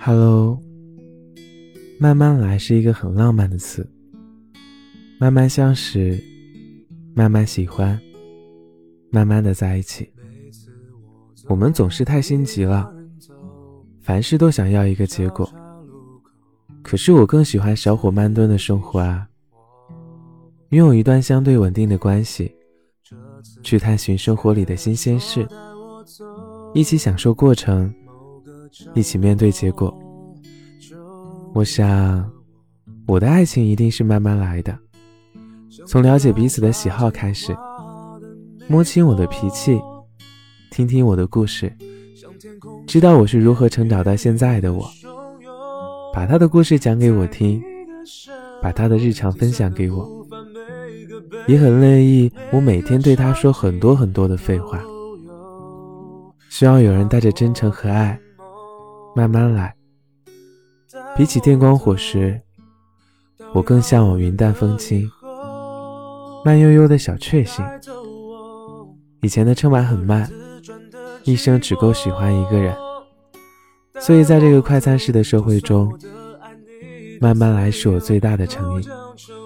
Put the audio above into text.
Hello， 慢慢来是一个很浪漫的词，慢慢相识，慢慢喜欢，慢慢的在一起。我们总是太心急了，凡事都想要一个结果。可是我更喜欢小火慢炖的生活啊，拥有一段相对稳定的关系，去探寻生活里的新鲜事，一起享受过程，一起面对结果。我想我的爱情一定是慢慢来的，从了解彼此的喜好开始，摸清我的脾气，听听我的故事，知道我是如何成长到现在的我，把他的故事讲给我听，把他的日常分享给我，也很乐意我每天对他说很多很多的废话。希望有人带着真诚和爱慢慢来。比起电光火石，我更向往云淡风轻慢悠悠的小确幸。以前的车马很慢，一生只够喜欢一个人，所以在这个快餐式的社会中，慢慢来是我最大的诚意。